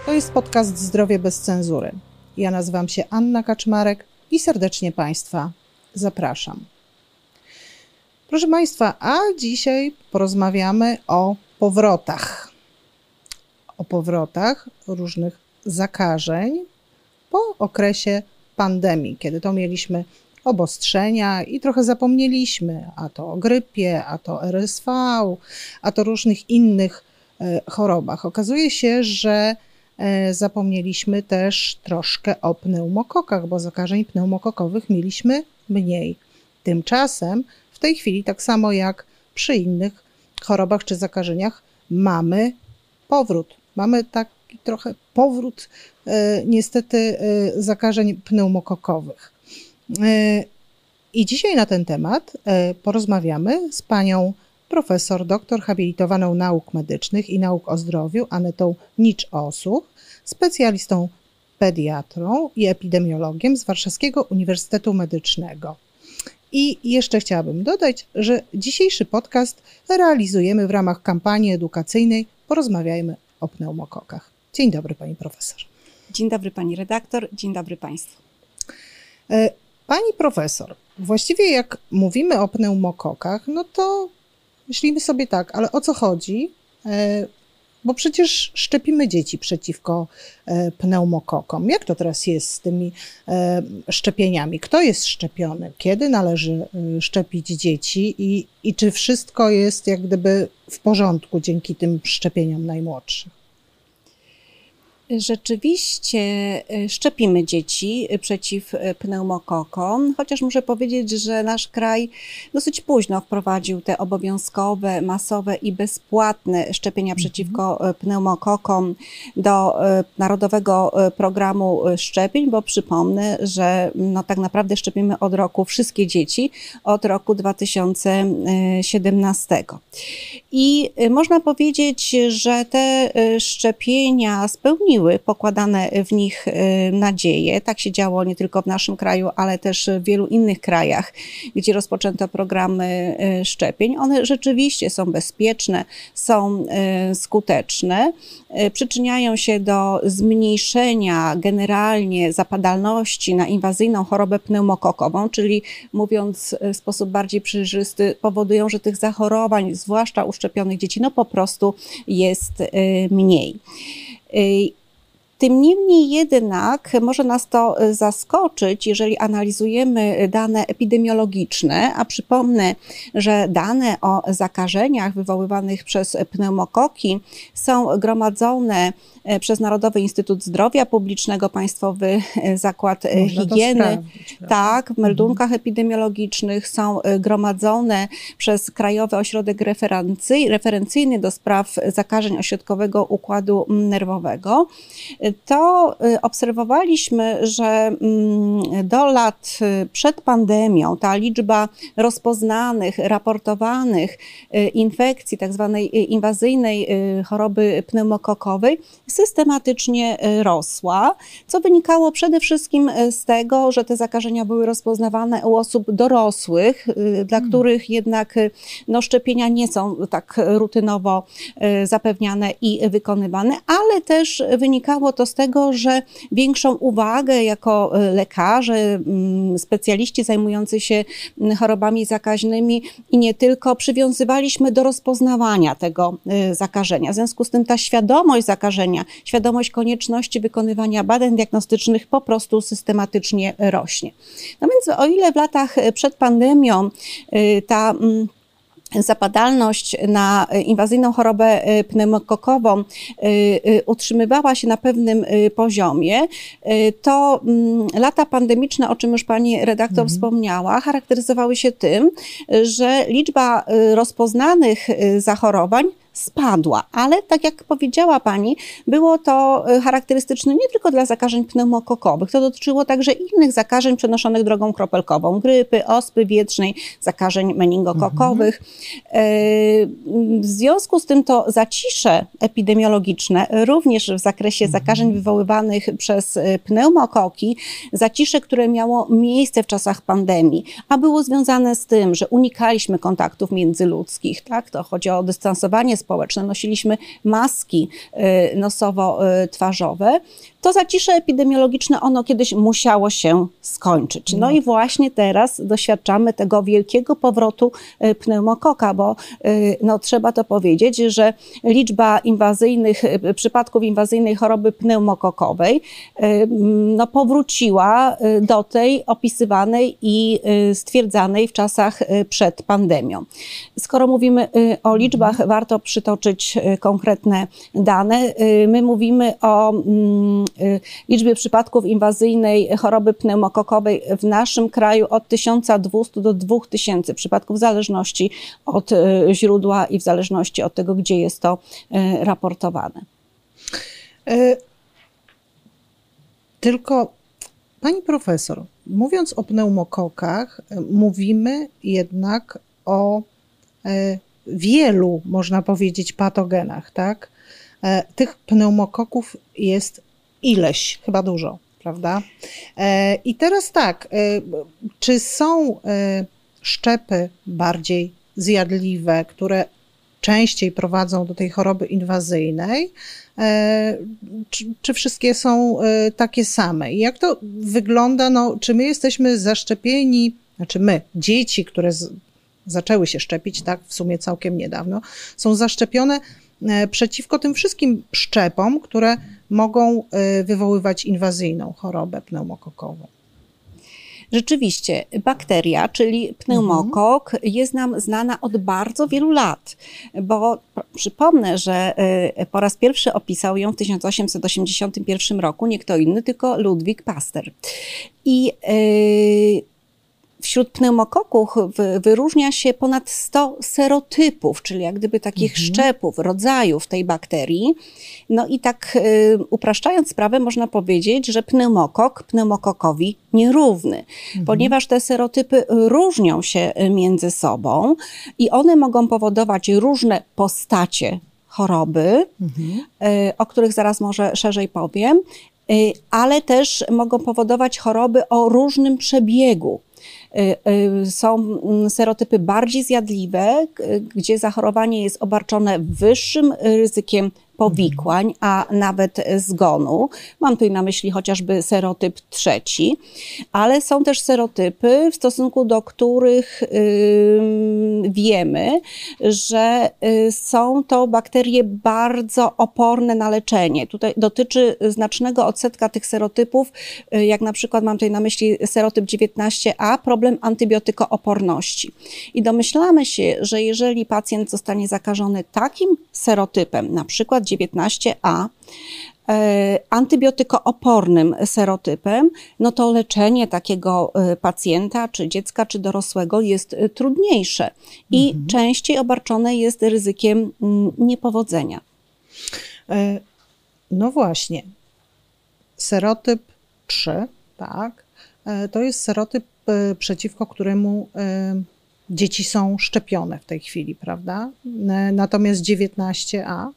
To jest podcast Zdrowie bez cenzury. Ja nazywam się Anna Kaczmarek i serdecznie Państwa zapraszam. Proszę Państwa, a dzisiaj porozmawiamy o powrotach. O powrotach różnych zakażeń po okresie pandemii, kiedy to mieliśmy obostrzenia i trochę zapomnieliśmy, a to o grypie, a to RSV, a to różnych innych chorobach. Okazuje się, że zapomnieliśmy też troszkę o pneumokokach, bo zakażeń pneumokokowych mieliśmy mniej. Tymczasem w tej chwili, tak samo jak przy innych chorobach czy zakażeniach, mamy powrót. Mamy taki trochę powrót niestety zakażeń pneumokokowych. I dzisiaj na ten temat porozmawiamy z panią profesor, doktor habilitowaną nauk medycznych i nauk o zdrowiu Anetą Nicz-Osuch, specjalistą pediatrą i epidemiologiem z Warszawskiego Uniwersytetu Medycznego. I jeszcze chciałabym dodać, że dzisiejszy podcast realizujemy w ramach kampanii edukacyjnej Porozmawiajmy o pneumokokach. Dzień dobry pani profesor. Dzień dobry pani redaktor, dzień dobry państwu. Pani profesor, właściwie jak mówimy o pneumokokach, no to myślimy sobie tak, ale o co chodzi? Bo przecież szczepimy dzieci przeciwko pneumokokom. Jak to teraz jest z tymi szczepieniami? Kto jest szczepiony? Kiedy należy szczepić dzieci? I czy wszystko jest jak gdyby w porządku dzięki tym szczepieniom najmłodszych? Rzeczywiście szczepimy dzieci przeciw pneumokokom, chociaż muszę powiedzieć, że nasz kraj dosyć późno wprowadził te obowiązkowe, masowe i bezpłatne szczepienia przeciwko pneumokokom do Narodowego Programu Szczepień, bo przypomnę, że tak naprawdę szczepimy od roku wszystkie dzieci, od roku 2017. I można powiedzieć, że te szczepienia spełniły pokładane w nich nadzieje. Tak się działo nie tylko w naszym kraju, ale też w wielu innych krajach, gdzie rozpoczęto programy szczepień. One rzeczywiście są bezpieczne, są skuteczne, przyczyniają się do zmniejszenia generalnie zapadalności na inwazyjną chorobę pneumokokową, czyli mówiąc w sposób bardziej przejrzysty, powodują, że tych zachorowań, zwłaszcza u szczepionych dzieci, po prostu jest mniej. Tym niemniej jednak może nas to zaskoczyć, jeżeli analizujemy dane epidemiologiczne, a przypomnę, że dane o zakażeniach wywoływanych przez pneumokoki są gromadzone przez Narodowy Instytut Zdrowia Publicznego, Państwowy Zakład Higieny. Tak, w meldunkach epidemiologicznych są gromadzone przez Krajowy Ośrodek Referencyjny do spraw zakażeń ośrodkowego układu nerwowego. To obserwowaliśmy, że do lat przed pandemią ta liczba rozpoznanych, raportowanych infekcji, tak zwanej inwazyjnej choroby pneumokokowej, systematycznie rosła, co wynikało przede wszystkim z tego, że te zakażenia były rozpoznawane u osób dorosłych, dla których jednak szczepienia nie są tak rutynowo zapewniane i wykonywane, ale też wynikało to z tego, że większą uwagę jako lekarze, specjaliści zajmujący się chorobami zakaźnymi i nie tylko przywiązywaliśmy do rozpoznawania tego zakażenia. W związku z tym ta świadomość zakażenia, świadomość konieczności wykonywania badań diagnostycznych po prostu systematycznie rośnie. No więc o ile w latach przed pandemią ta zapadalność na inwazyjną chorobę pneumokokową utrzymywała się na pewnym poziomie, to lata pandemiczne, o czym już pani redaktor wspomniała, charakteryzowały się tym, że liczba rozpoznanych zachorowań spadła, ale tak jak powiedziała pani, było to charakterystyczne nie tylko dla zakażeń pneumokokowych, to dotyczyło także innych zakażeń przenoszonych drogą kropelkową, grypy, ospy wietrznej, zakażeń meningokokowych. W związku z tym to zacisze epidemiologiczne, również w zakresie zakażeń wywoływanych przez pneumokoki, zacisze, które miało miejsce w czasach pandemii, a było związane z tym, że unikaliśmy kontaktów międzyludzkich, tak? To chodzi o dystansowanie społeczne, nosiliśmy maski nosowo-twarzowe, to zacisze epidemiologiczne ono kiedyś musiało się skończyć. No i właśnie teraz doświadczamy tego wielkiego powrotu pneumokoka, bo no, trzeba to powiedzieć, że liczba przypadków inwazyjnej choroby pneumokokowej no, powróciła do tej opisywanej i stwierdzanej w czasach przed pandemią. Skoro mówimy o liczbach, warto przytoczyć konkretne dane. My mówimy o liczbie przypadków inwazyjnej choroby pneumokokowej w naszym kraju od 1200 do 2000 przypadków w zależności od źródła i w zależności od tego, gdzie jest to raportowane. Tylko pani profesor, mówiąc o pneumokokach, mówimy jednak o wielu, można powiedzieć, patogenach, tak? Tych pneumokoków jest ileś, chyba dużo, prawda? I teraz tak, czy są szczepy bardziej zjadliwe, które częściej prowadzą do tej choroby inwazyjnej, czy wszystkie są takie same? I jak to wygląda? No, czy my jesteśmy zaszczepieni, znaczy my, dzieci, które zaczęły się szczepić, tak, w sumie całkiem niedawno, są zaszczepione przeciwko tym wszystkim szczepom, które mogą wywoływać inwazyjną chorobę pneumokokową. Rzeczywiście, bakteria, czyli pneumokok, jest nam znana od bardzo wielu lat, bo przypomnę, że po raz pierwszy opisał ją w 1881 roku nie kto inny, tylko Ludwik Pasteur. I wśród pneumokoków wyróżnia się ponad 100 serotypów, czyli jak gdyby takich szczepów, rodzajów tej bakterii. No i tak upraszczając sprawę, można powiedzieć, że pneumokok pneumokokowi nierówny, ponieważ te serotypy różnią się między sobą i one mogą powodować różne postacie choroby, o których zaraz może szerzej powiem, ale też mogą powodować choroby o różnym przebiegu. Są serotypy bardziej zjadliwe, gdzie zachorowanie jest obarczone wyższym ryzykiem powikłań, a nawet zgonu. Mam tutaj na myśli chociażby serotyp 3, ale są też serotypy, w stosunku do których wiemy, że są to bakterie bardzo oporne na leczenie. Tutaj dotyczy znacznego odsetka tych serotypów, jak na przykład mam tutaj na myśli serotyp 19a, problem antybiotykooporności. I domyślamy się, że jeżeli pacjent zostanie zakażony takim serotypem, na przykład 19a, antybiotykoopornym serotypem, no to leczenie takiego pacjenta, czy dziecka, czy dorosłego jest trudniejsze i częściej obarczone jest ryzykiem niepowodzenia. No właśnie, serotyp 3, tak, to jest serotyp, przeciwko któremu dzieci są szczepione w tej chwili, prawda? Natomiast 19a?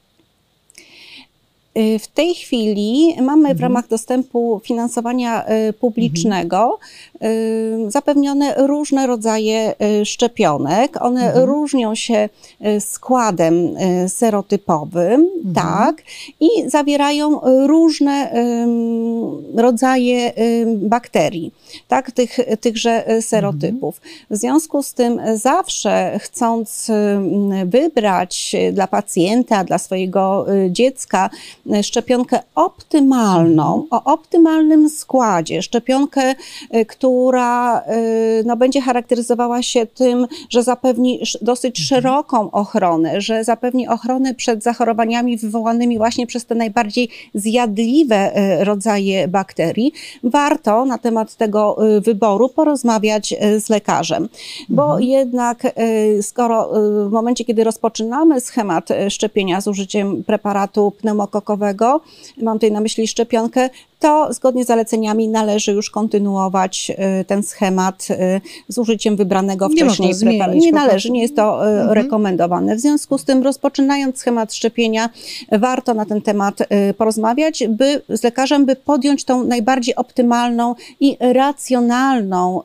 W tej chwili mamy w ramach dostępu finansowania publicznego zapewnione różne rodzaje szczepionek. One różnią się składem serotypowym, tak, i zawierają różne rodzaje bakterii, tak, tychże serotypów. W związku z tym zawsze chcąc wybrać dla pacjenta, dla swojego dziecka szczepionkę optymalną, o optymalnym składzie, szczepionkę, która no, będzie charakteryzowała się tym, że zapewni dosyć szeroką ochronę, że zapewni ochronę przed zachorowaniami wywołanymi właśnie przez te najbardziej zjadliwe rodzaje bakterii, warto na temat tego wyboru porozmawiać z lekarzem. Bo jednak skoro w momencie, kiedy rozpoczynamy schemat szczepienia z użyciem preparatu pneumokokowego, mam tutaj na myśli szczepionkę, to zgodnie z zaleceniami należy już kontynuować ten schemat z użyciem wybranego wcześniej preparatu. Nie należy, nie jest to rekomendowane. W związku z tym, rozpoczynając schemat szczepienia, warto na ten temat porozmawiać z lekarzem, by podjąć tą najbardziej optymalną i racjonalną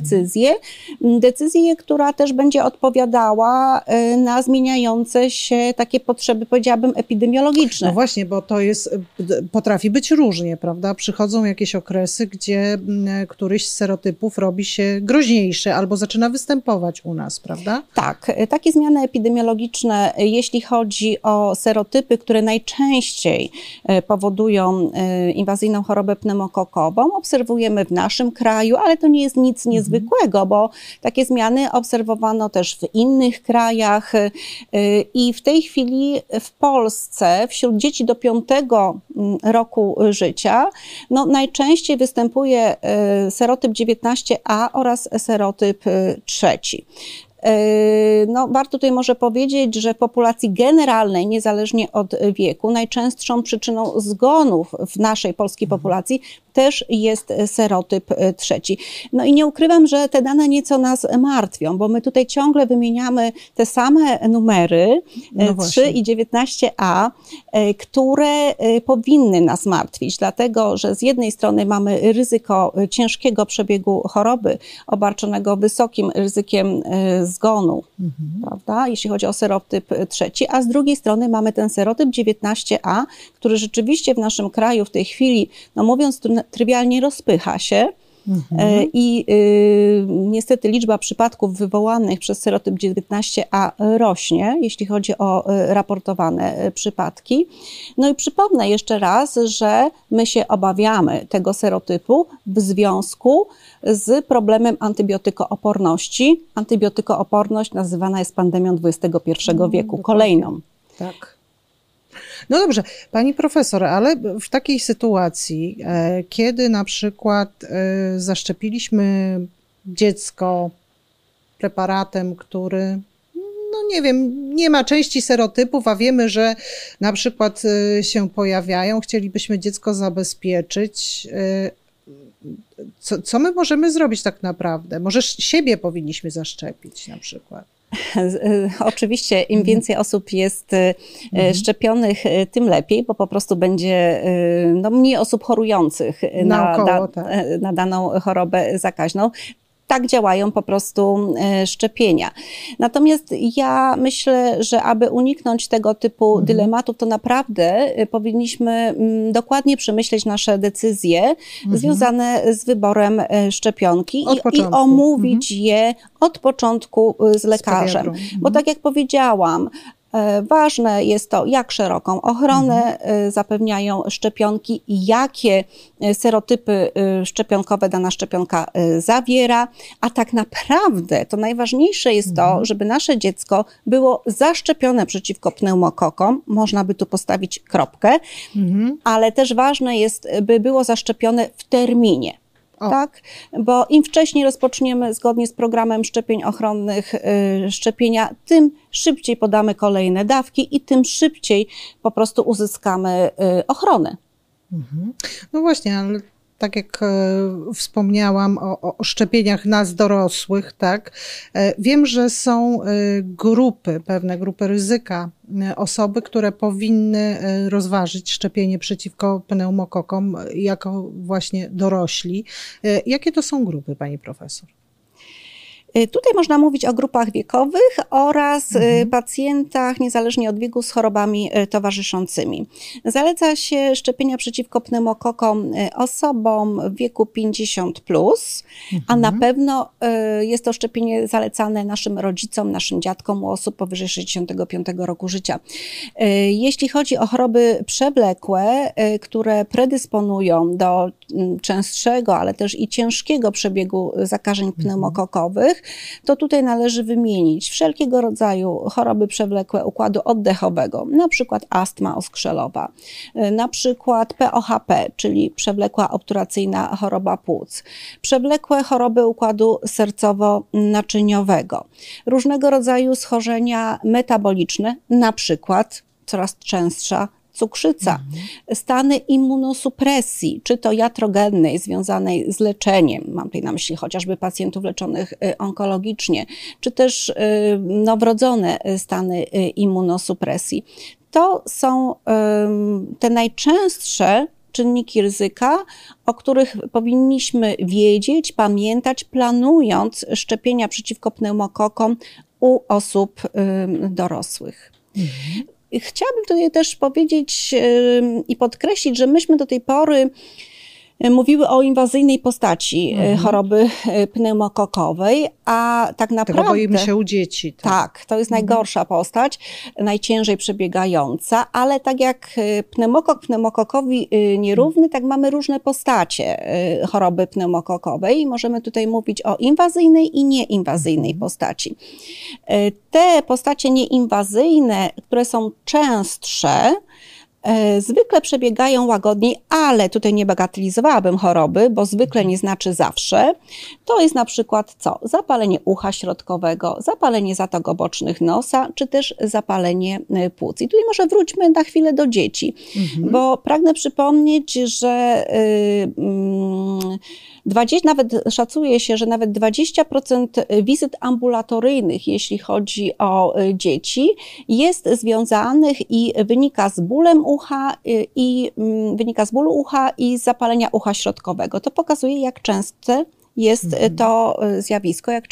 decyzję, która też będzie odpowiadała na zmieniające się takie potrzeby, powiedziałabym, epidemiologiczne. No właśnie, bo to potrafi być różnie, prawda? Przychodzą jakieś okresy, gdzie któryś z serotypów robi się groźniejszy albo zaczyna występować u nas, prawda? Tak, takie zmiany epidemiologiczne, jeśli chodzi o serotypy, które najczęściej powodują inwazyjną chorobę pneumokokową, obserwujemy w naszym kraju, ale to nie jest nic niezwykłego, bo takie zmiany obserwowano też w innych krajach i w tej chwili w Polsce wśród dzieci do 5 roku życia najczęściej występuje serotyp 19A oraz serotyp 3. Warto tutaj może powiedzieć, że w populacji generalnej, niezależnie od wieku, najczęstszą przyczyną zgonów w naszej polskiej populacji też jest serotyp 3. No i nie ukrywam, że te dane nieco nas martwią, bo my tutaj ciągle wymieniamy te same numery, 3 i 19A, które powinny nas martwić, dlatego że z jednej strony mamy ryzyko ciężkiego przebiegu choroby obarczonego wysokim ryzykiem zgonu, prawda, jeśli chodzi o serotyp 3, a z drugiej strony mamy ten serotyp 19A, który rzeczywiście w naszym kraju w tej chwili, mówiąc trywialnie, rozpycha się. I niestety liczba przypadków wywołanych przez serotyp 19A rośnie, jeśli chodzi o raportowane przypadki. No i przypomnę jeszcze raz, że my się obawiamy tego serotypu w związku z problemem antybiotykooporności. Antybiotykooporność nazywana jest pandemią XXI wieku, kolejną. Tak. No dobrze, pani profesor, ale w takiej sytuacji, kiedy na przykład zaszczepiliśmy dziecko preparatem, który, nie wiem, nie ma części serotypów, a wiemy, że na przykład się pojawiają, chcielibyśmy dziecko zabezpieczyć, co my możemy zrobić tak naprawdę? Może siebie powinniśmy zaszczepić na przykład? Oczywiście im więcej osób jest szczepionych, tym lepiej, bo po prostu będzie mniej osób chorujących na daną chorobę zakaźną. Tak działają po prostu szczepienia. Natomiast ja myślę, że aby uniknąć tego typu dylematów, to naprawdę powinniśmy dokładnie przemyśleć nasze decyzje związane z wyborem szczepionki i omówić je od początku z lekarzem. Bo tak jak powiedziałam, ważne jest to, jak szeroką ochronę zapewniają szczepionki i jakie serotypy szczepionkowe dana szczepionka zawiera, a tak naprawdę to najważniejsze jest to, żeby nasze dziecko było zaszczepione przeciwko pneumokokom, można by tu postawić kropkę, ale też ważne jest, by było zaszczepione w terminie. Tak? Bo im wcześniej rozpoczniemy zgodnie z programem szczepień ochronnych szczepienia, tym szybciej podamy kolejne dawki i tym szybciej po prostu uzyskamy ochronę. No właśnie, ale tak jak wspomniałam o szczepieniach nas dorosłych, tak, wiem, że są pewne grupy ryzyka, osoby, które powinny rozważyć szczepienie przeciwko pneumokokom jako właśnie dorośli. Jakie to są grupy, pani profesor? Tutaj można mówić o grupach wiekowych oraz pacjentach, niezależnie od wieku, z chorobami towarzyszącymi. Zaleca się szczepienia przeciwko pneumokokom osobom w wieku 50+, a na pewno jest to szczepienie zalecane naszym rodzicom, naszym dziadkom u osób powyżej 65 roku życia. Jeśli chodzi o choroby przewlekłe, które predysponują do częstszego, ale też i ciężkiego przebiegu zakażeń pneumokokowych, to tutaj należy wymienić wszelkiego rodzaju choroby przewlekłe układu oddechowego, na przykład astma oskrzelowa, na przykład POHP, czyli przewlekła obturacyjna choroba płuc, przewlekłe choroby układu sercowo-naczyniowego, różnego rodzaju schorzenia metaboliczne, na przykład coraz częstsza cukrzyca, stany immunosupresji, czy to iatrogennej, związanej z leczeniem, mam tutaj na myśli chociażby pacjentów leczonych onkologicznie, czy też wrodzone stany immunosupresji. To są te najczęstsze czynniki ryzyka, o których powinniśmy wiedzieć, pamiętać, planując szczepienia przeciwko pneumokokom u osób dorosłych. Chciałabym tutaj też powiedzieć i podkreślić, że myśmy do tej pory mówiły o inwazyjnej postaci choroby pneumokokowej, a tak naprawdę... Tego boimy się u dzieci. Tak, to jest najgorsza postać, najciężej przebiegająca, ale tak jak pneumokok pneumokokowi nierówny, tak mamy różne postacie choroby pneumokokowej i możemy tutaj mówić o inwazyjnej i nieinwazyjnej postaci. Te postacie nieinwazyjne, które są częstsze, zwykle przebiegają łagodniej, ale tutaj nie bagatelizowałabym choroby, bo zwykle nie znaczy zawsze. To jest na przykład co? Zapalenie ucha środkowego, zapalenie zatok obocznych nosa, czy też zapalenie płuc. I tutaj może wróćmy na chwilę do dzieci, bo pragnę przypomnieć, że nawet szacuje się, że nawet 20% wizyt ambulatoryjnych, jeśli chodzi o dzieci, jest związanych i wynika z bólem ucha wynika z bólu ucha i z zapalenia ucha środkowego. To pokazuje, jak częste jest to zjawisko, jak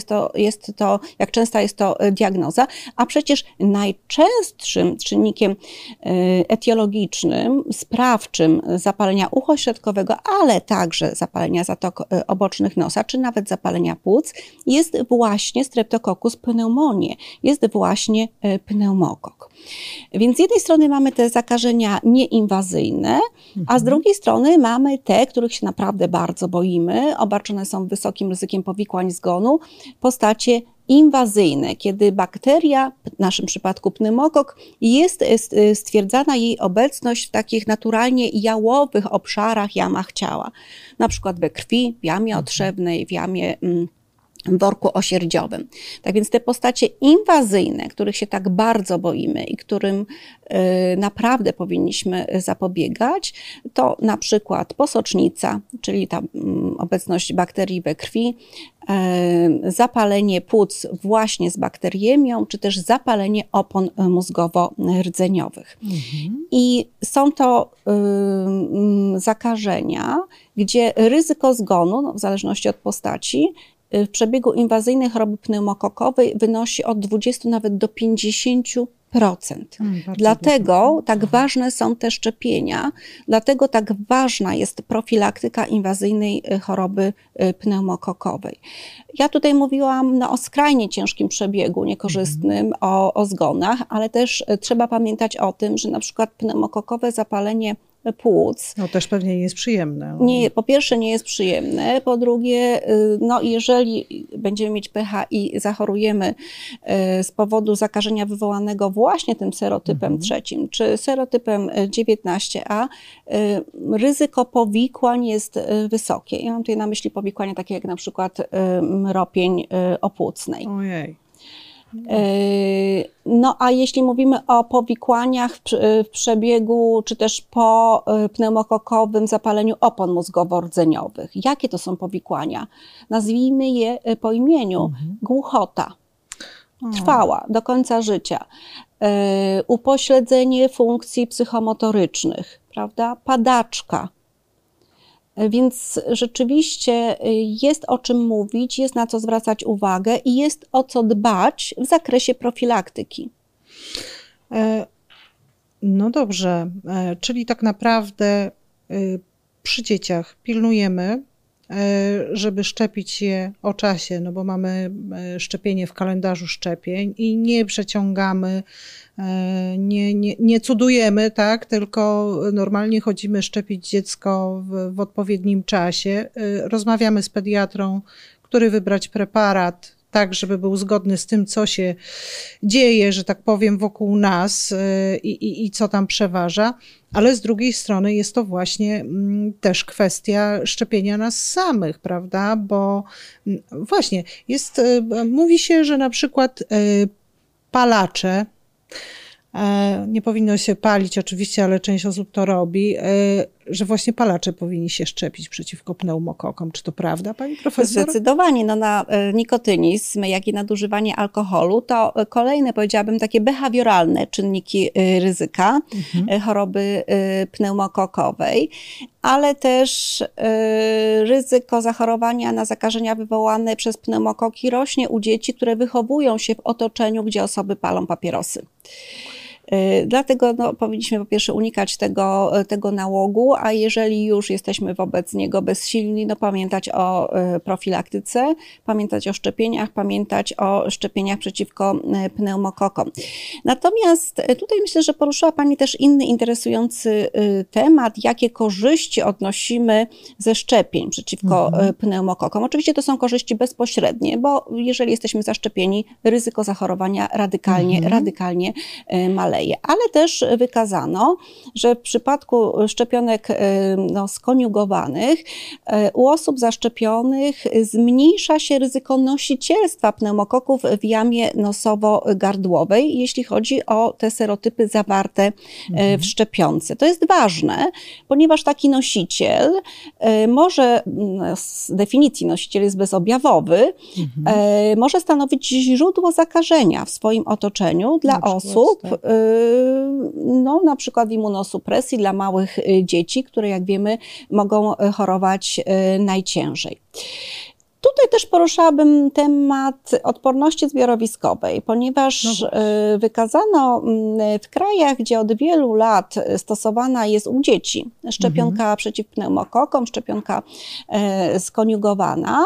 częsta jest to diagnoza, a przecież najczęstszym czynnikiem etiologicznym, sprawczym zapalenia ucha środkowego, ale także zapalenia zatok obocznych nosa, czy nawet zapalenia płuc, jest właśnie Streptococcus pneumoniae, jest właśnie pneumokok. Więc z jednej strony mamy te zakażenia nieinwazyjne, a z drugiej strony mamy te, których się naprawdę bardzo boimy, obarczone są wysokim ryzykiem powikłań zgonu, postacie inwazyjne, kiedy bakteria, w naszym przypadku pneumokok, jest stwierdzana jej obecność w takich naturalnie jałowych obszarach, jamach ciała. Na przykład we krwi, w jamie otrzewnej, w jamie w worku osierdziowym. Tak więc te postacie inwazyjne, których się tak bardzo boimy i którym naprawdę powinniśmy zapobiegać, to na przykład posocznica, czyli ta obecność bakterii we krwi, zapalenie płuc właśnie z bakteriemią, czy też zapalenie opon mózgowo-rdzeniowych. I są to zakażenia, gdzie ryzyko zgonu, w zależności od postaci, w przebiegu inwazyjnej choroby pneumokokowej wynosi od 20 nawet do 50%. Dlatego tak ważne są te szczepienia, dlatego tak ważna jest profilaktyka inwazyjnej choroby pneumokokowej. Ja tutaj mówiłam o skrajnie ciężkim przebiegu, niekorzystnym, o zgonach, ale też trzeba pamiętać o tym, że na przykład pneumokokowe zapalenie płuc. No też pewnie nie jest przyjemne. Po pierwsze nie jest przyjemne, po drugie, jeżeli będziemy mieć pecha i zachorujemy z powodu zakażenia wywołanego właśnie tym serotypem trzecim, czy serotypem 19A, ryzyko powikłań jest wysokie. Ja mam tutaj na myśli powikłania takie jak na przykład ropień opłucnej. Ojej. No a jeśli mówimy o powikłaniach w przebiegu, czy też po pneumokokowym zapaleniu opon mózgowo-rdzeniowych, jakie to są powikłania? Nazwijmy je po imieniu. Głuchota, trwała do końca życia, upośledzenie funkcji psychomotorycznych, prawda? Padaczka. Więc rzeczywiście jest o czym mówić, jest na co zwracać uwagę i jest o co dbać w zakresie profilaktyki. No dobrze, czyli tak naprawdę przy dzieciach pilnujemy, żeby szczepić je o czasie, no bo mamy szczepienie w kalendarzu szczepień i nie przeciągamy, nie cudujemy, tak, tylko normalnie chodzimy szczepić dziecko w odpowiednim czasie. Rozmawiamy z pediatrą, który wybrać preparat, tak, żeby był zgodny z tym, co się dzieje, że tak powiem, wokół nas i co tam przeważa, ale z drugiej strony jest to właśnie też kwestia szczepienia nas samych, prawda, bo właśnie mówi się, że na przykład palacze nie powinno się palić oczywiście, ale część osób to robi, że właśnie palacze powinni się szczepić przeciwko pneumokokom. Czy to prawda, pani profesor? Zdecydowanie. Na nikotynizm, jak i nadużywanie alkoholu, to kolejne, powiedziałabym, takie behawioralne czynniki ryzyka choroby pneumokokowej, ale też ryzyko zachorowania na zakażenia wywołane przez pneumokoki rośnie u dzieci, które wychowują się w otoczeniu, gdzie osoby palą papierosy. Dlatego powinniśmy po pierwsze unikać tego nałogu, a jeżeli już jesteśmy wobec niego bezsilni, pamiętać o profilaktyce, pamiętać o szczepieniach, pamiętać o szczepieniach przeciwko pneumokokom. Natomiast tutaj myślę, że poruszyła Pani też inny interesujący temat, jakie korzyści odnosimy ze szczepień przeciwko pneumokokom. Oczywiście to są korzyści bezpośrednie, bo jeżeli jesteśmy zaszczepieni, ryzyko zachorowania radykalnie maleje. Ale też wykazano, że w przypadku szczepionek skoniugowanych u osób zaszczepionych zmniejsza się ryzyko nosicielstwa pneumokoków w jamie nosowo-gardłowej, jeśli chodzi o te serotypy zawarte w szczepionce. To jest ważne, ponieważ taki nosiciel może, z definicji nosiciel jest bezobjawowy, może stanowić źródło zakażenia w swoim otoczeniu dla osób, na przykład immunosupresji dla małych dzieci, które jak wiemy mogą chorować najciężej. Tutaj też poruszałabym temat odporności zbiorowiskowej, ponieważ wykazano w krajach, gdzie od wielu lat stosowana jest u dzieci szczepionka przeciw pneumokokom, szczepionka skoniugowana,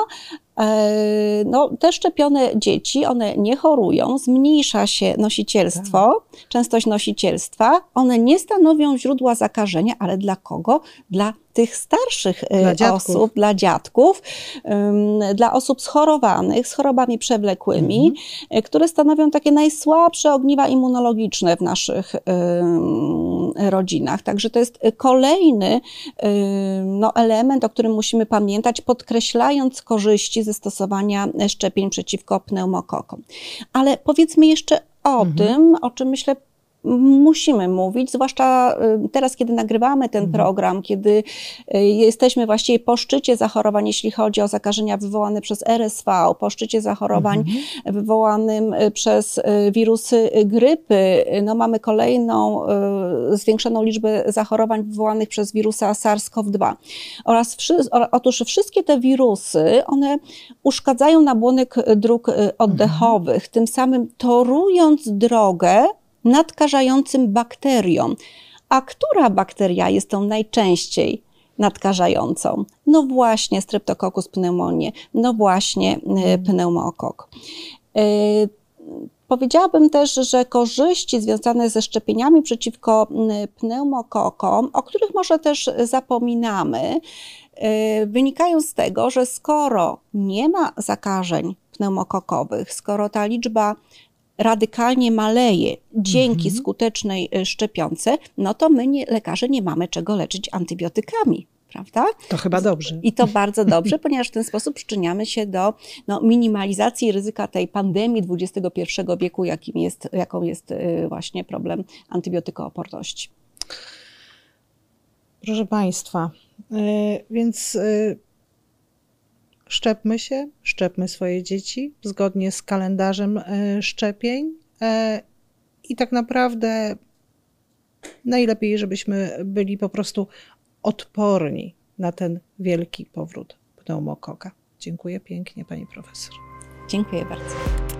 te szczepione dzieci, one nie chorują, zmniejsza się nosicielstwo, częstość nosicielstwa, one nie stanowią źródła zakażenia, ale dla kogo? Dla tych starszych osób, dla dziadków, dla osób schorowanych, z chorobami przewlekłymi, które stanowią takie najsłabsze ogniwa immunologiczne w naszych rodzinach. Także to jest kolejny element, o którym musimy pamiętać, podkreślając korzyści ze stosowania szczepień przeciwko pneumokokom. Ale powiedzmy jeszcze o tym, o czym myślę musimy mówić, zwłaszcza teraz, kiedy nagrywamy ten program, kiedy jesteśmy właściwie po szczycie zachorowań, jeśli chodzi o zakażenia wywołane przez RSV, po szczycie zachorowań wywołanym przez wirusy grypy. Mamy kolejną zwiększoną liczbę zachorowań wywołanych przez wirusa SARS-CoV-2. Otóż wszystkie te wirusy, one uszkadzają nabłonek dróg oddechowych, tym samym torując drogę nadkażającym bakteriom. A która bakteria jest tą najczęściej nadkażającą? No właśnie Streptococcus pneumoniae, no właśnie pneumokok. Powiedziałabym też, że korzyści związane ze szczepieniami przeciwko pneumokokom, o których może też zapominamy, wynikają z tego, że skoro nie ma zakażeń pneumokokowych, skoro ta liczba radykalnie maleje dzięki skutecznej szczepionce, to my, lekarze, nie mamy czego leczyć antybiotykami, prawda? To chyba dobrze. I to bardzo dobrze, ponieważ w ten sposób przyczyniamy się do minimalizacji ryzyka tej pandemii XXI wieku, jaką jest właśnie problem antybiotykooporności. Proszę Państwa, więc szczepmy się, szczepmy swoje dzieci zgodnie z kalendarzem szczepień i tak naprawdę najlepiej, żebyśmy byli po prostu odporni na ten wielki powrót pneumokoka. Dziękuję pięknie, pani profesor. Dziękuję bardzo.